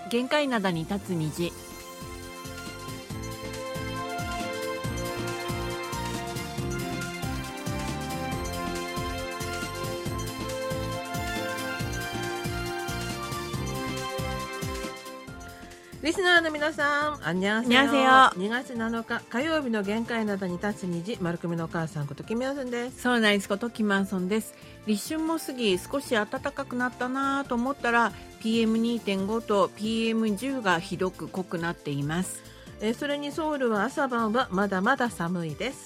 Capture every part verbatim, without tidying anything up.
限界灘に立つ虹。 リスナーの皆さん、あんにゃんせよ。にがつなのか火曜日の限界灘に立つ虹、丸組のお母さんことキミヨンです。 そうナイスことキマンソンです。立春も過ぎ少し暖かくなったなと思ったら ピーエムにてんご と ピーエムじゅう がひどく濃くなっています。 えそれにソウルは朝晩はまだまだ寒いです。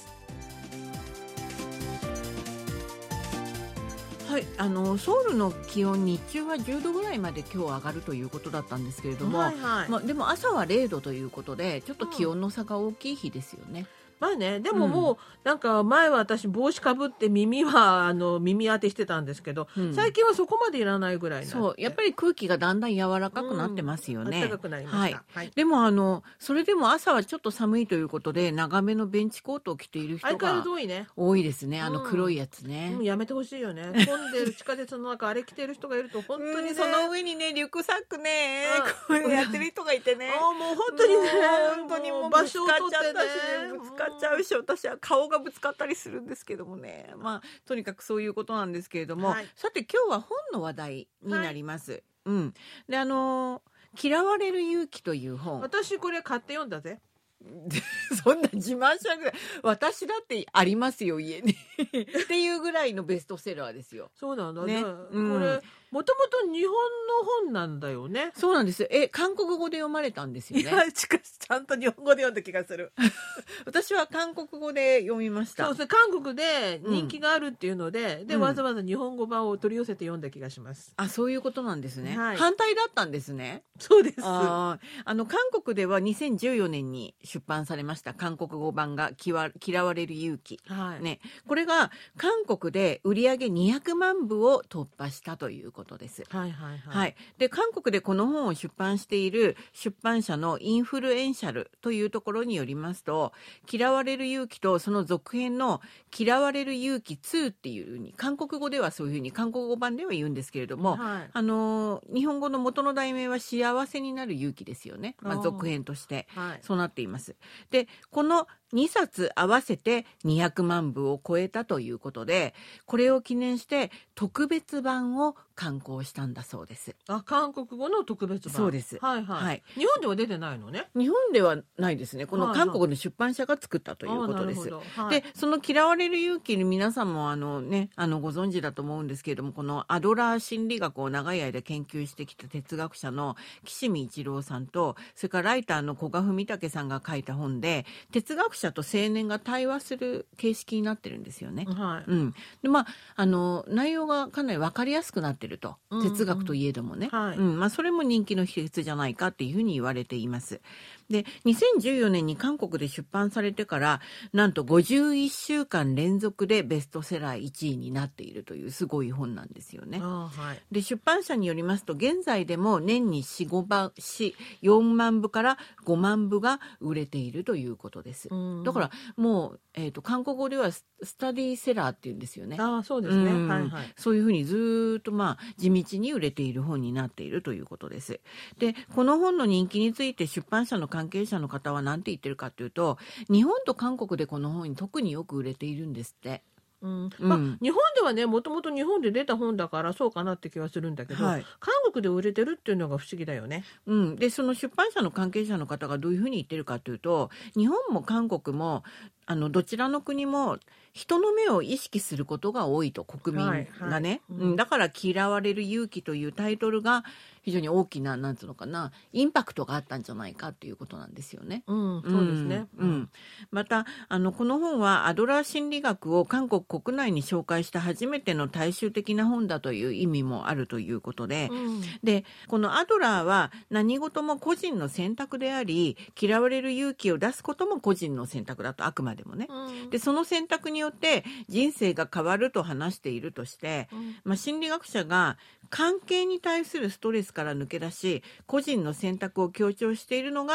はい、あのソウルの気温、日中はじゅうどぐらいまで今日上がるということだったんですけれども、 はいはい、 まあ、でも朝はれいどということでちょっと気温の差が大きい日ですよね。うんまあね、でももう、うん、なんか前は私帽子かぶって耳はあの耳当てしてたんですけど、うん、最近はそこまでいらないぐらいになって、 そうやっぱり空気がだんだん柔らかくなってますよね。 うん、暖かくなりました、 はいはい、でもあのそれでも朝はちょっと寒いということで長めのベンチコートを着ている人が多いね。多いですね。あの黒いやつね、 うん、やめてほしいよね。混んでる地下鉄の中あれ着てる人がいると本当にね、うん、 その上にねリュックサックね、こういうのやってる人がいてね、 あもう本当にね、 本当にもう場所を取ってね、ぶつかっちゃうし、私は顔がぶつかったりするんですけどもね、まあとにかくそういうことなんですけれども、はい、さて今日は本の話題になります、はい、うん、であの嫌われる勇気という本、 私これ買って読んだぜ。 そんな自慢しなくらい、私だってありますよ家にっていうぐらいのベストセラーですよ。 そうなんだね、 うん、これもともと日本の本なんだよね。 そうなんですよ。え韓国語で読まれたんですよね。 いやしかしちゃんと日本語で読んだ気がする私は韓国語で読みました。 そうそう、韓国で人気があるっていうので、うん、でわざわざ日本語版を取り寄せて読んだ気がします。 あ、そういうことなんですね、はい、反対だったんですね。 そうです。 ああの韓国ではにせんじゅうよねんに出版されました韓国語版が嫌われる勇気、はいね、これが韓国で売り上げにひゃくまんぶを突破したということです。 はいはいはいはい、で韓国でこの本を出版している出版社のインフルエンシャルというところによりますと、嫌われる勇気とその続編の嫌われる勇気ツーっていうふうに韓国語ではそういうふうに韓国語版では言うんですけれども、はい、あの日本語の元の題名は幸せになる勇気ですよね、まあ、続編としてそうなっています、はい、でこのにさつ合わせてにひゃくまんぶを超えたということで、これを記念して特別版を刊行したんだそうです。 あ、韓国語の特別版。 そうです。 はいはい。はい、日本では出てないのね。 日本ではないですね。この韓国の出版社が作ったということです。はいはい、で、その嫌われる勇気に皆さんもあのね、あのご存知だと思うんですけれども、このアドラー心理学を長い間研究してきた哲学者の岸見一郎さんと、それからライターの古賀文武さんが書いた本で、哲学者と青年が対話する形式になってるんですよね。はい。うん。で、まああの内容がかなり分かりやすくなってると、うんうん、哲学といえどもね、はい、うん、まあそれも人気の秘訣じゃないかっていうふうに言われています。で、にせんじゅうよねんに韓国で出版されてからなんとごじゅういっしゅうかん連続でベストセラーいちいになっているというすごい本なんですよね。あ、はい、で出版社によりますと現在でも年によん、ごばん、よんまんぶからごまんぶが売れているということです。だからもう、えーと、韓国語ではスタディセラーっていうんですよね。 あ、そうですね、はいはい、 そういうふうにずっと、まあ、地道に売れている本になっているということです。でこの本の人気について出版社の関係者の方は何て言ってるかというと、日本と韓国でこの本特によく売れているんですって。 うんまあ、日本ではねもともと日本で出た本だからそうかなって気はするんだけど、はい、韓国で売れてるっていうのが不思議だよね。 うん、でその出版社の関係者の方がどういうふうに言ってるかというと、日本も韓国もあのどちらの国も人の目を意識することが多いと、国民がね、はいはい、うん、だから嫌われる勇気というタイトルが非常に大きななんつうのかなインパクトがあったんじゃないかということなんですよね。 うん、そうですね、 うんうん、またあのこの本はアドラー心理学を韓国国内に紹介した初めての大衆的な本だという意味もあるということで、うん、でこのアドラーは何事も個人の選択であり、嫌われる勇気を出すことも個人の選択だと、あくまでもね、うん、でその選択によって人生が変わると話しているとして、うんまあ、心理学者が関係に対するストレスから抜け出し個人の選択を強調しているのが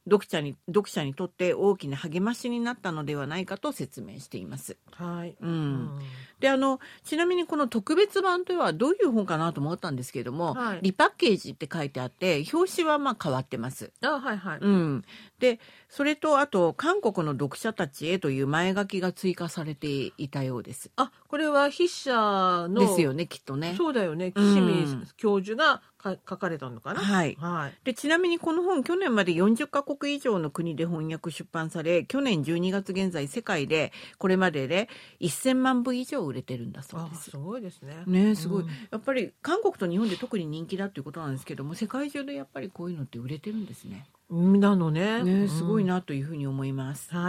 読者に読者にとって大きな励ましになったのではないかと説明しています。 はい。 うん、であのちなみにこの特別版というのはどういう本かなと思ったんですけれども、はい、リパッケージって書いてあって表紙はまあ変わってます。 あ、はいはい。 うん、でそれとあと韓国の読者たちへという前書きが追加されていたようです。 あ、これは筆者のですよね、きっとね。 そうだよね、岸見教授がか書かれたのかな。 はい、はい、でちなみにこの本去年までよんじゅっかこく以上の国で翻訳出版され、去年じゅうにがつ現在世界でこれまででせんまんぶ以上売れてるんだそうです。 あ、すごいですね。 ね、すごい、うん、やっぱり韓国と日本で特に人気だということなんですけども、世界中でやっぱりこういうのって売れてるんですね。 なのね。 ね、すごいなというふうに思います。 うん、はい。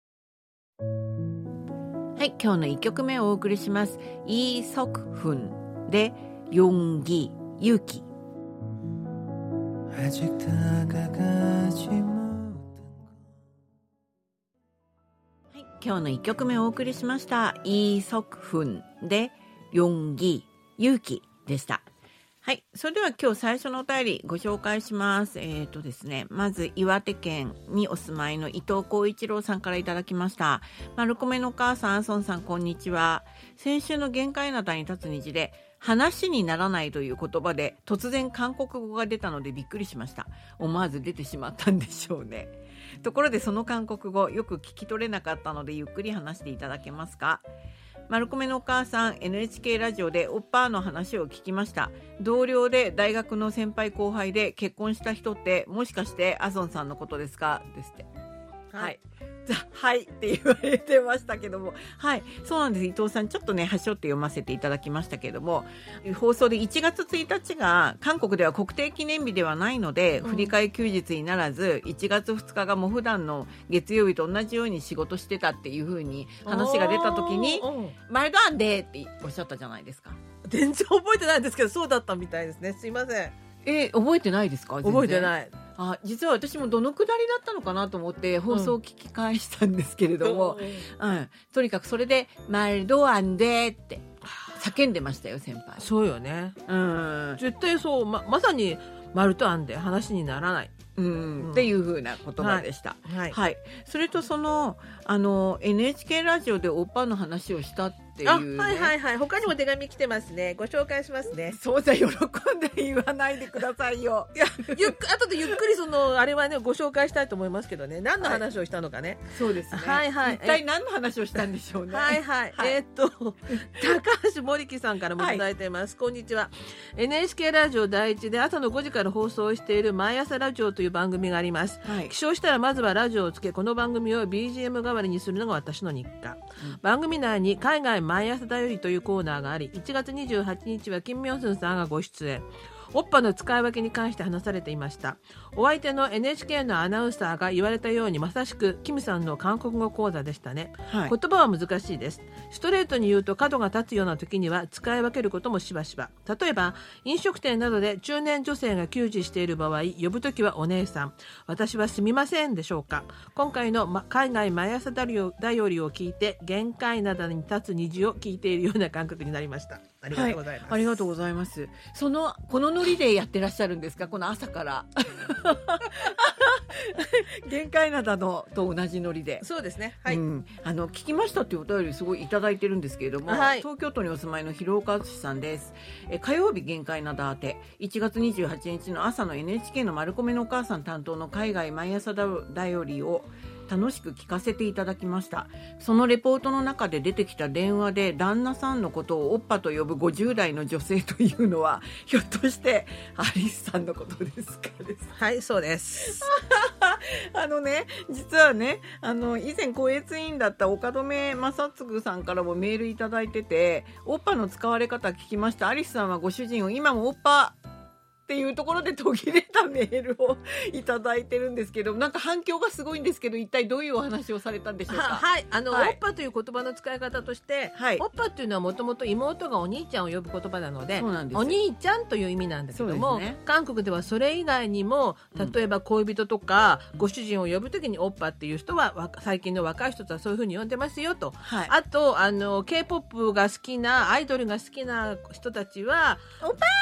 はい、今日のいっきょくめをお送りします。イ・ソクフンで용기、勇気。今日のいっきょくめをお送りしました。イ・ソクフンで용기、勇気でした。はい、それでは今日最初のお便りご紹介します。えーとですね、まず岩手県にお住まいの伊藤浩一郎さんからいただきました。丸米のお母さん、アソンさん、こんにちは。先週の限界なだに立つ虹で話にならないという言葉で突然韓国語が出たのでびっくりしました。思わず出てしまったんでしょうね。ところでその韓国語よく聞き取れなかったのでゆっくり話していただけますか。丸米のお母さん、 エヌエイチケー ラジオでオッパーの話を聞きました。同僚で大学の先輩後輩で結婚した人ってもしかしてアソンさんのことですかですって。はい、はいはいって言われてましたけども、はい、そうなんです。伊藤さん、ちょっとね端折って読ませていただきましたけども、放送でいちがつついたちが韓国では国定記念日ではないので、うん、振り替え休日にならずいちがつふつかがもう普段の月曜日と同じように仕事してたっていう風に話が出た時にマルドアンデーっておっしゃったじゃないですか。 全然覚えてないんですけど、そうだったみたいですね。すいません。 えー、覚えてないですか？全然覚えてない。 あ、実は私もどのくだりだったのかなと思って放送を聞き返したんですけれども、うんうん、とにかくそれでマルドアンデーって叫んでましたよ、先輩。 そうよね、うん、絶対そう、ま、まさにマルドアンで話にならない、 うんうん、っていう風な言葉でした、はいはいはい、それとその、あの エヌエイチケー ラジオでおっぱの話をしたっていう、ね、 あ、はいはいはい、他にも手紙来てますね。ご紹介しますね。 そうじゃ喜んで言わないでくださいよ。 いや、ゆっ後でゆっくりそのあれはねご紹介したいと思いますけどね、何の話をしたのかね、はい、 そうですね、 はいはい、 一体何の話をしたんでしょうね。 はいはい、はい、えー、っと高橋森木さんからもいただいています、はい、こんにちは。 エヌエイチケー ラジオ第一で朝のごじから放送している毎朝ラジオという番組があります、はい、起床したらまずはラジオをつけ、この番組を ビージーエム 代わりにするのが私の日課、うん、番組内に海外毎朝だよりというコーナーがあり、いちがつにじゅうはちにちはキム・ミョンスンさんがご出演。おっぱの使い分けに関して話されていました。お相手の エヌエイチケー のアナウンサーが言われたように、まさしくキムさんの韓国語講座でしたね、はい、言葉は難しいです。ストレートに言うと角が立つような時には使い分けることもしばしば。例えば飲食店などで中年女性が給仕している場合、呼ぶときはお姉さん、私はすみませんでしょうか。今回の、ま、海外毎朝だよりを聞いて、限界などに立つ虹を聞いているような感覚になりました。ありがとうございます、はい、 ありがとうございます。そのこのノリでやってらっしゃるんですか、この朝から限界灘のと同じノリで。 そうですね、はい、うん、 あの聞きましたっていうお便りすごいいただいてるんですけれども、はい、東京都にお住まいの広岡敦さんです。え火曜日限界灘宛ていちがつにじゅうはちにちの朝の エヌエイチケー の丸米のお母さん担当の海外毎朝だよりを楽しく聞かせていただきました。そのレポートの中で出てきた電話で旦那さんのことをおっぱと呼ぶごじゅうだいの女性というのは、ひょっとしてアリスさんのことですかです。 はい、そうですあのね、実はね、あの以前校閲員だった岡留正嗣さんからもメールいただいてて、おっぱの使われ方聞きました。アリスさんはご主人を今もおっぱっていうところで途切れたメールをいただいてるんですけど、なんか反響がすごいんですけど、一体どういうお話をされたんでしょうか。 は、はい、あの、はい、おっぱという言葉の使い方として、はい、おっぱっていうのはもともと妹がお兄ちゃんを呼ぶ言葉なので、そうなんです、お兄ちゃんという意味なんだけども、ね、韓国ではそれ以外にも、例えば恋人とか、うん、ご主人を呼ぶときにおっぱっていう人は最近の若い人とはそういうふうに呼んでますよと、はい、あとあの K-ポップ が好きなアイドルが好きな人たちはおっぱー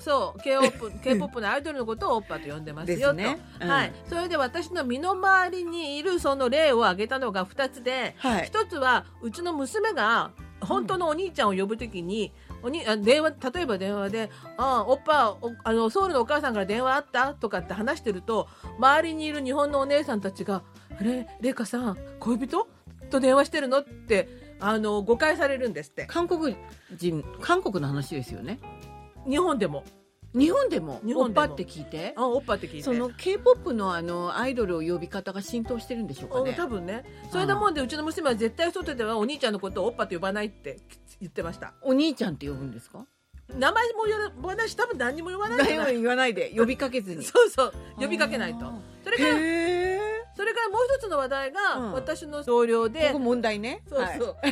そう K-ポップ K-ポップ のアイドルのことをオッパと呼んでますよと、ねうん、はい、それで私の身の回りにいるその例を挙げたのがふたつで、はい、ひとつはうちの娘が本当のお兄ちゃんを呼ぶときに、うん、おにあ電話例えば電話であおっぱあのソウルのお母さんから電話あったとかって話してると周りにいる日本のお姉さんたちがあれレイカさん恋人と電話してるのってあの誤解されるんですって。 韓国人韓国の話ですよね。 日本でも日本でもオッパって聞いてあオッパって聞いてその K-ポップ の, あのアイドルを呼び方が浸透してるんでしょうかね。 多分ねそれだもんでうちの娘は絶対外ではお兄ちゃんのことをオッパと呼ばないって言ってました。 お兄ちゃんって呼ぶんですか。 名前も呼ばないし多分何にも呼ばない何も言わないで呼びかけずにそうそう呼びかけないと。それからそれからもう一つの話題が、うん、私の同僚でここ問題ねそうそう、はい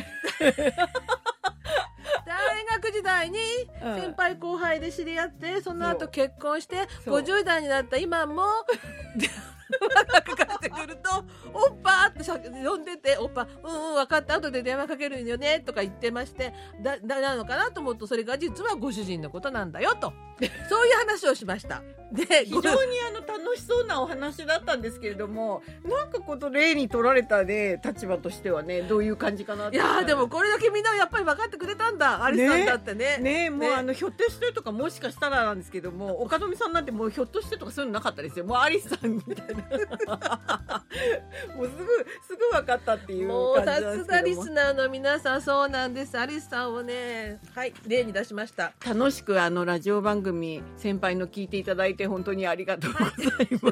大学時代に先輩後輩で知り合って、うん、その後結婚してごじゅう代になった今もかかってくるとおっぱって呼んでておっぱうんうん分かった後で電話かけるよねとか言ってましてだだなのかなと思うとそれが実はご主人のことなんだよとそういう話をしました。 で非常にあの楽しそうなお話だったんですけれどもなんかこの例に取られた、ね、立場としてはねどういう感じかなって。 いやでもこれだけみんなやっぱり分かってくれたんだアリスさんだってね。 ねねもう、ね、あのひょっとしてとかもしかしたらなんですけども岡富さんなんてもうひょっとしてとかそういうのなかったですよ。もうアリスさんみたいなもうすぐすぐ分かったっていう感じなんですけども。 もうさすがリスナーの皆さんそうなんです。アリスさんをねはい例に出しました。 楽しくあのラジオ番組先輩の聞いていただいて本当にありがとうございます。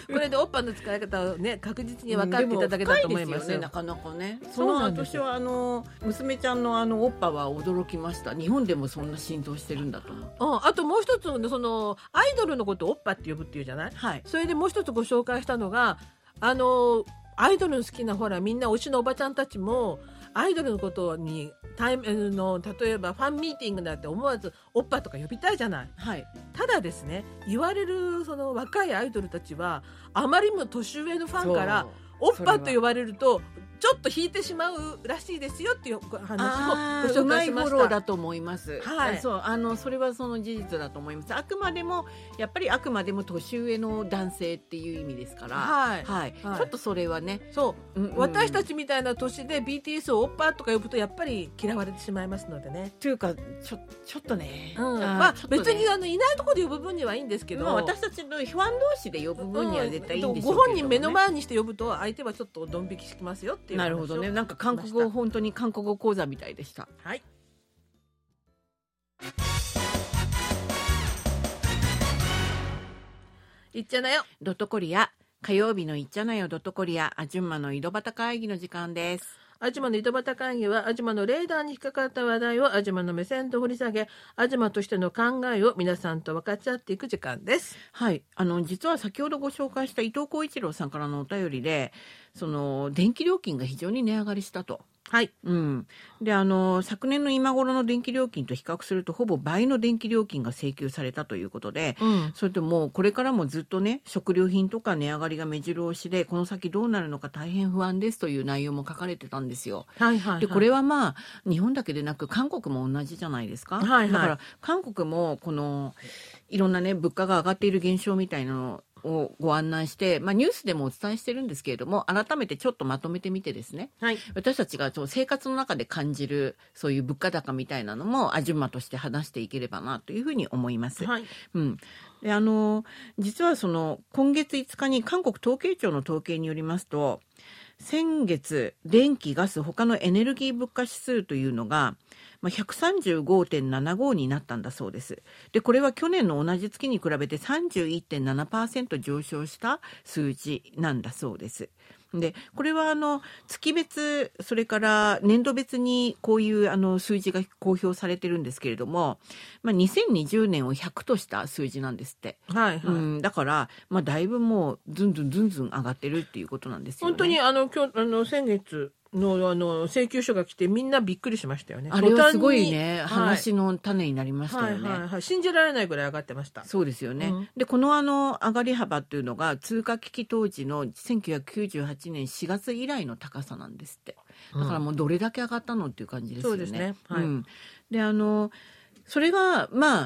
これでおっぱの使い方をね確実に分かっていただけたと思います。 うん、でも深いですよねなかなかね。その私はあの娘ちゃんのあのおっぱは驚きました。日本でもそんな浸透してるんだと思う。 あ, あともう一つのそのアイドルのことをおっぱって呼ぶっていうじゃない、はい、それでもう一つご紹介したのがあのアイドルの好きなほらみんな推しのおばちゃんたちもアイドルのことにタイムの例えばファンミーティングなんて思わずおっぱとか呼びたいじゃない、はい、ただですね言われるその若いアイドルたちはあまりにも年上のファンからおっぱと呼ばれるとちょっと引いてしまうらしいですよっていう話をご紹介しました。 うまいフォローだと思います、 はい、 そうあのそれはその事実だと思います。あくまでもやっぱりあくまでも年上の男性っていう意味ですから、はいはいはい、ちょっとそれはねそう、うんうん、私たちみたいな年で ビーティーエス をオッパとか呼ぶとやっぱり嫌われてしまいますのでね。 というかちょ、ちょっとね、 うん、あまあ、ね、別にあのいないところで呼ぶ分にはいいんですけど、まあ、 私たちのファン同士で呼ぶ分には絶対いいんでしょうけど、ね、 ご本人目の前にして呼ぶと相手はちょっとドン引きしますよっていう話を。 なるほどね。なんか韓国語本当に韓国語講座みたいでした。 はい。いっちゃなよドットコリア火曜日のいっちゃなよドットコリアあじゅんまの井戸端会議の時間です。 アジマの井戸端会議はアジマのレーダーに引っかかった話題をアジマの目線と掘り下げアジマとしての考えを皆さんと分かち合っていく時間です。 はい、あの実は先ほどご紹介した伊藤浩一郎さんからのお便りでその電気料金が非常に値上がりしたと。 はい、 うん、であの昨年の今頃の電気料金と比較するとほぼ倍の電気料金が請求されたということで、うん、それともこれからもずっとね食料品とか値上がりが目白押しでこの先どうなるのか大変不安ですという内容も書かれてたんですよ。 はいはいはい、 でこれはまあ日本だけでなく韓国も同じじゃないですか、はいはい、だから韓国もこのいろんなね物価が上がっている現象みたいなのをご案内して、まあ、ニュースでもお伝えしてるんですけれども改めてちょっとまとめてみてですね、はい、私たちがその生活の中で感じるそういう物価高みたいなのもアジュンマとして話していければなというふうに思います、はい、うん、であの実はその今月いつかに韓国統計庁の統計によりますと先月電気ガス他のエネルギー物価指数というのがひゃくさんじゅうごてんななご になったんだそうです。で、これは去年の同じ月に比べて さんじゅういってんななパーセント 上昇した数字なんだそうです。で、これはあの月別それから年度別にこういうあの数字が公表されてるんですけれども、まあ、にせんにじゅうねんをひゃくとした数字なんですって。 はいはい、 うん、だから、まあ、だいぶもうずんずんずんずん上がってるっていうことなんですよね。 本当にあの今日あの先月のあの請求書が来てみんなびっくりしましたよね。 あれはすごいね、はい、話の種になりましたよね、 はいはいはい、信じられないぐらい上がってました。 そうですよね、うん、でこのあの上がり幅っていうのが通貨危機当時のせんきゅうひゃくきゅうじゅうはちねんしがつ以来の高さなんですって。だからもうどれだけ上がったのっていう感じですよね、 そうですね、はい、 うん、であのそれがまあ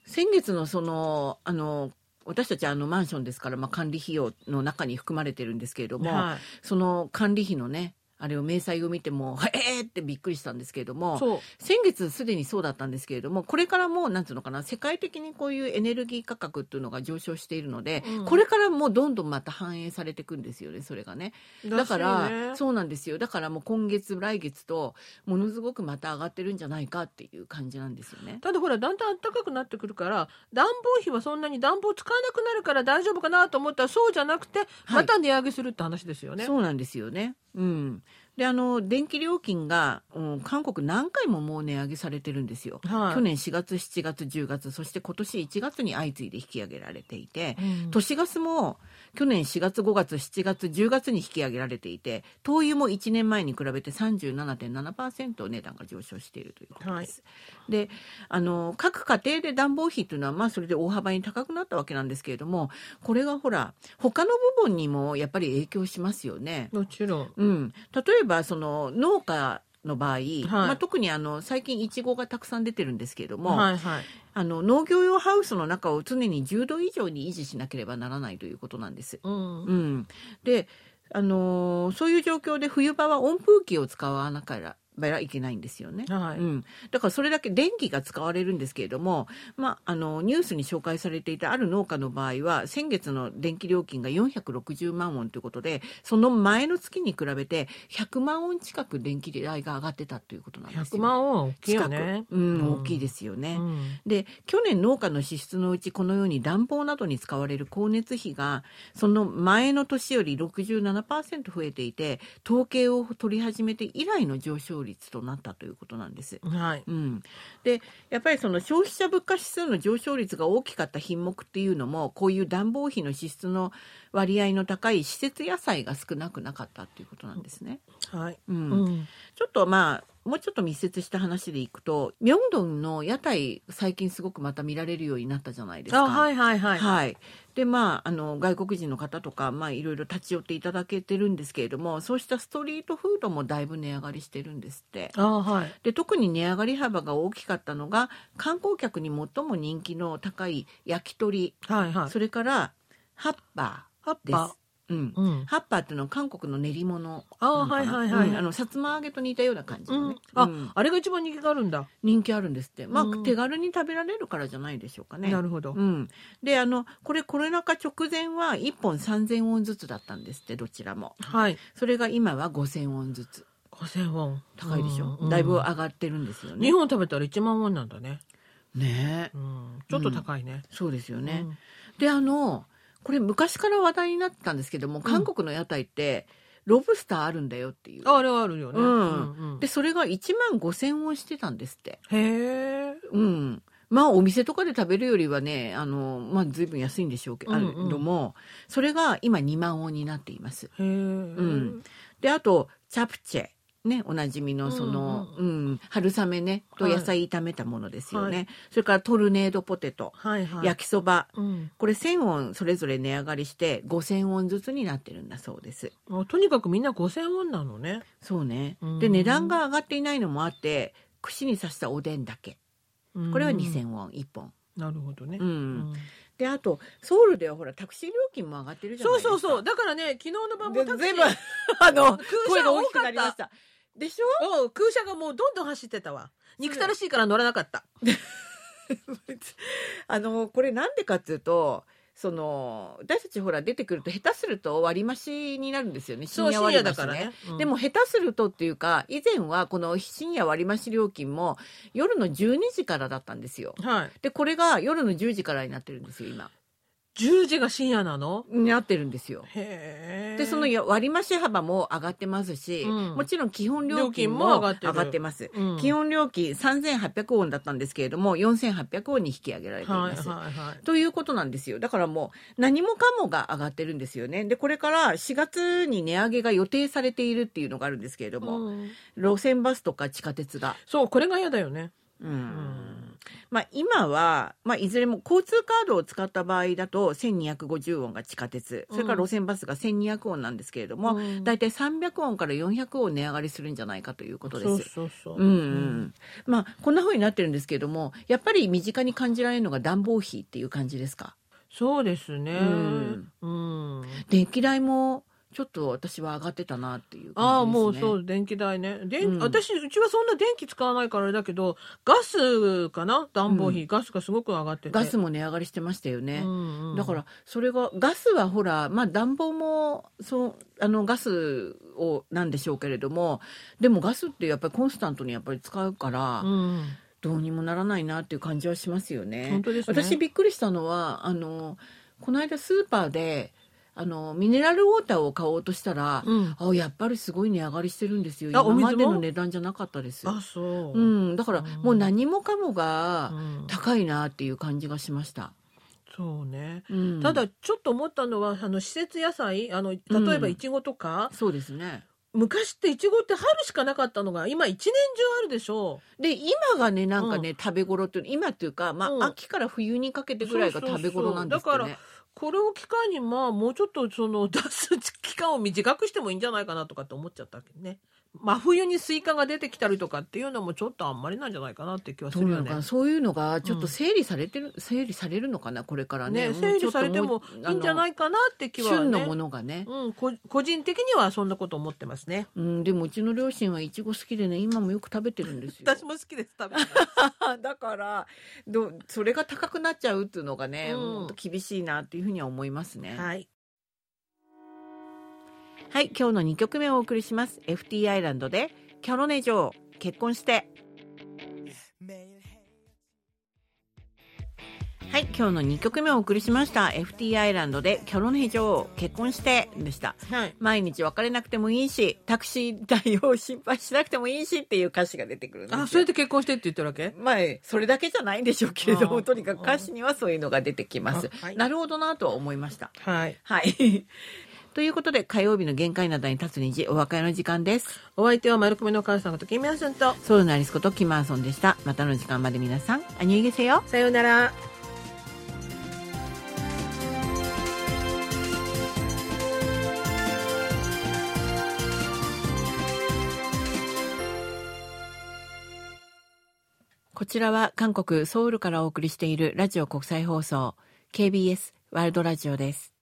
先月のそのあの私たちあのマンションですから、まあ、管理費用の中に含まれてるんですけれども、はい、その管理費のねあれを明細を見てもえーってびっくりしたんですけれども、先月すでにそうだったんですけれども、これからもなんていうのかな、世界的にこういうエネルギー価格っていうのが上昇しているので、うん、これからもうどんどんまた反映されていくんですよね、それがね。だから、ね、そうなんですよ。だからもう今月来月とものすごくまた上がってるんじゃないかっていう感じなんですよね。 ただほらだんだん暖かくなってくるから暖房費はそんなに暖房使わなくなるから大丈夫かなと思ったらそうじゃなくてまた値上げするって話ですよね。 はい、そうなんですよね。うん。であの電気料金が、うん、韓国何回ももう値上げされてるんですよ、はい、去年しがつしちがつじゅうがつそして今年いちがつに相次いで引き上げられていて、うん、都市ガスも去年しがつごがつしちがつじゅうがつに引き上げられていて、灯油もいちねんまえに比べて さんじゅうななてんななパーセント 値段が上昇しているということです、はい、であの各家庭で暖房費というのは、まあ、それで大幅に高くなったわけなんですけれども、これがほら他の部分にもやっぱり影響しますよね。 もちろん、 うん、例えばその農家の場合、はいまあ、特にあの最近いちごがたくさん出てるんですけれども、はいはい、あの農業用ハウスの中を常にじゅうど以上に維持しなければならないということなんです、うんうん、で、あのー、そういう状況で冬場は温風機を使わなければいけないんですよね、はいうん、だからそれだけ電気が使われるんですけれども、まあ、あのニュースに紹介されていたある農家の場合は先月の電気料金がよんひゃくろくじゅうまんウォンということで、その前の月に比べてひゃくまんウォン近く電気代が上がってたということなんですよ。 ひゃくまんウォン大きいよね、 うん、大きいですよね、うん、で去年農家の支出のうちこのように暖房などに使われる光熱費がその前の年より ろくじゅうななパーセント 増えていて、統計を取り始めて以来の上昇率となったということなんです、はいうん、でやっぱりその消費者物価指数の上昇率が大きかった品目っていうのもこういう暖房費の支出の割合の高い施設野菜が少なくなかったっていうことなんですね、はいうんうん、ちょっとまあもうちょっと密接した話でいくと、ミョンドンの屋台最近すごくまた見られるようになったじゃないですか。 あ、はいはいはい、 はい、でまああの外国人の方とか、まあ、いろいろ立ち寄っていただけてるんですけれども、そうしたストリートフードもだいぶ値上がりしてるんですって。 あ、はい、 で特に値上がり幅が大きかったのが観光客に最も人気の高い焼き鳥、はいはい、それからハッパーです。ハッパーうんうん、ハッパーっていうのは韓国の練り物。 あ、はいはいはい、うん、 あのさつま揚げと似たような感じのね、 うん、あ、うん、あれが一番人気があるんだ。 人気あるんですって。まあ、うん、手軽に食べられるからじゃないでしょうかね。 なるほど、 うん、であのこれコロナ禍直前はいっぽんさんぜんウォンずつだったんですって、どちらも、はい、それが今はごせんウォンずつ。 ごせんウォン高いでしょ、うん、だいぶ上がってるんですよね。 にほん食べたらいちまんウォンなんだね。 ねえ、 うん、ちょっと高いね、 うん、そうですよね、うん、であのこれ昔から話題になってたんですけども、韓国の屋台ってロブスターあるんだよっていう、 うん、あれはあるよね、うんうん、でそれがいちまんごせんウォンしてたんですって。 へえ、 うん、まあお店とかで食べるよりはね、あの、まあ、随分安いんでしょうけど、うんうん、もそれが今にまんウォンになっています。へえ、うん、であとチャプチェね、おなじみのその、うんうんうん、春雨ねと野菜炒めたものですよね、はい、それからトルネードポテト、はいはい、焼きそば、うん、これせんウォンそれぞれ値上がりしてごせんウォンずつになってるんだそうです。 とにかくみんなごせんウォンなのね。 そうね、で値段が上がっていないのもあって串に刺したおでんだけ、これはにせんウォンいっぽん。 なるほどね、 うんうんであとソウルではほらタクシー料金も上がってるじゃないですか。 そうそうそう、だからね昨日の晩もタクシー全部あの声が大きくなりましたでしょ。 うん、空車がもうどんどん走ってたわ。憎たらしいから乗らなかったあのこれなんでかっていうと、その私たちほら出てくると下手すると割増になるんですよね。深夜割増ね。そう深夜だからね、うん、でも下手するとっていうか以前はこの深夜割増料金も夜のじゅうにじからだったんですよ、はい、でこれが夜のじゅうじからになってるんですよ今。 じゅうじが深夜なのになってるんですよ。へでその割増幅も上がってますし、うん、もちろん基本料金も上がって上がってます、うん、基本料金さんぜんはっぴゃくウォンだったんですけれどもよんせんはっぴゃくウォンに引き上げられています、はいはいはい、ということなんですよ。だからもう何もかもが上がってるんですよね。でこれからしがつに値上げが予定されているっていうのがあるんですけれども、うん、路線バスとか地下鉄が。 そうこれが嫌だよね。 うん、うんまあ、今は、まあ、いずれも交通カードを使った場合だとせんにひゃくごじゅうウォンが地下鉄、それから路線バスがせんにひゃくウォンなんですけれども、うん、だいたいさんびゃくウォンからよんひゃくウォン値上がりするんじゃないかということです。 そうそうそう。 うんうん。まあ、こんな風になってるんですけれども、やっぱり身近に感じられるのが暖房費っていう感じですか？ そうですね。うん。うん、電気代もちょっと私は上がってたなっていう感じですね。 ああ、もうそう、電気代ね。電、うん、私、うちはそんな電気使わないからあれだけど、ガスかな暖房費、うん、ガスがすごく上がってて。 ガスも値上がりしてましたよね。うんうん、だから、それが、ガスはほら、まあ暖房も、そう、あの、ガスを、なんでしょうけれども、でもガスってやっぱりコンスタントにやっぱり使うから、うんどうにもならないなっていう感じはしますよね。 本当ですね。 私びっくりしたのは、あの、この間スーパーで、あのミネラルウォーターを買おうとしたら、うん、あやっぱりすごい値上がりしてるんですよ。今までの値段じゃなかったです。 あそう、 うん、だからもう何もかもが高いなっていう感じがしました。 うん、そうね、うん、ただちょっと思ったのはあの施設野菜あの例えばイチゴとか、 うん、そうですね。 昔ってイチゴって春しかなかったのが今一年中あるでしょう。で今がねなんかね、うん、食べ頃っていう今っていうか、まあ、うん、秋から冬にかけてぐらいが食べ頃なんですってね。 そうそうそうだからこれを機会にまあもうちょっとその出す期間を短くしてもいいんじゃないかなとかって思っちゃったわけね。真冬にスイカが出てきたりとかっていうのもちょっとあんまりなんじゃないかなって気はするよね。 そういうのがちょっと整理されてる、うん、整理されるのかなこれからね。 ね整理されてもいいんじゃないかなって気はね。 旬のものがね、 うん、個人的にはそんなこと思ってますね。 うん、でもうちの両親はいちご好きでね今もよく食べてるんですよ。 私も好きです食べてますだからどそれが高くなっちゃうっていうのがね、うん、もっと厳しいなっていうふうには思いますね。 はいはい、今日のにきょくめをお送りします。 エフティー アイランドでキャロネ女王結婚して。はい、今日のにきょくめをお送りしました。 エフティー アイランドでキャロネ女王結婚してでした、はい、毎日別れなくてもいいしタクシー代を心配しなくてもいいしっていう歌詞が出てくるんですよ。 あ、それで結婚してって言ってるわけ？ まあそれだけじゃないんでしょうけれどもとにかく歌詞にはそういうのが出てきます、はい、なるほどなとは思いました。 はい、 はいということで火曜日の限界などに立つ虹お別れの時間です。 お相手は丸組のお母さんことキムヤスンとソウルのアリスことキムアソンでした。またの時間まで皆さんアニュイゲセよ。 さようなら。 こちらは韓国ソウルからお送りしているラジオ国際放送 ケービーエス ワールドラジオです。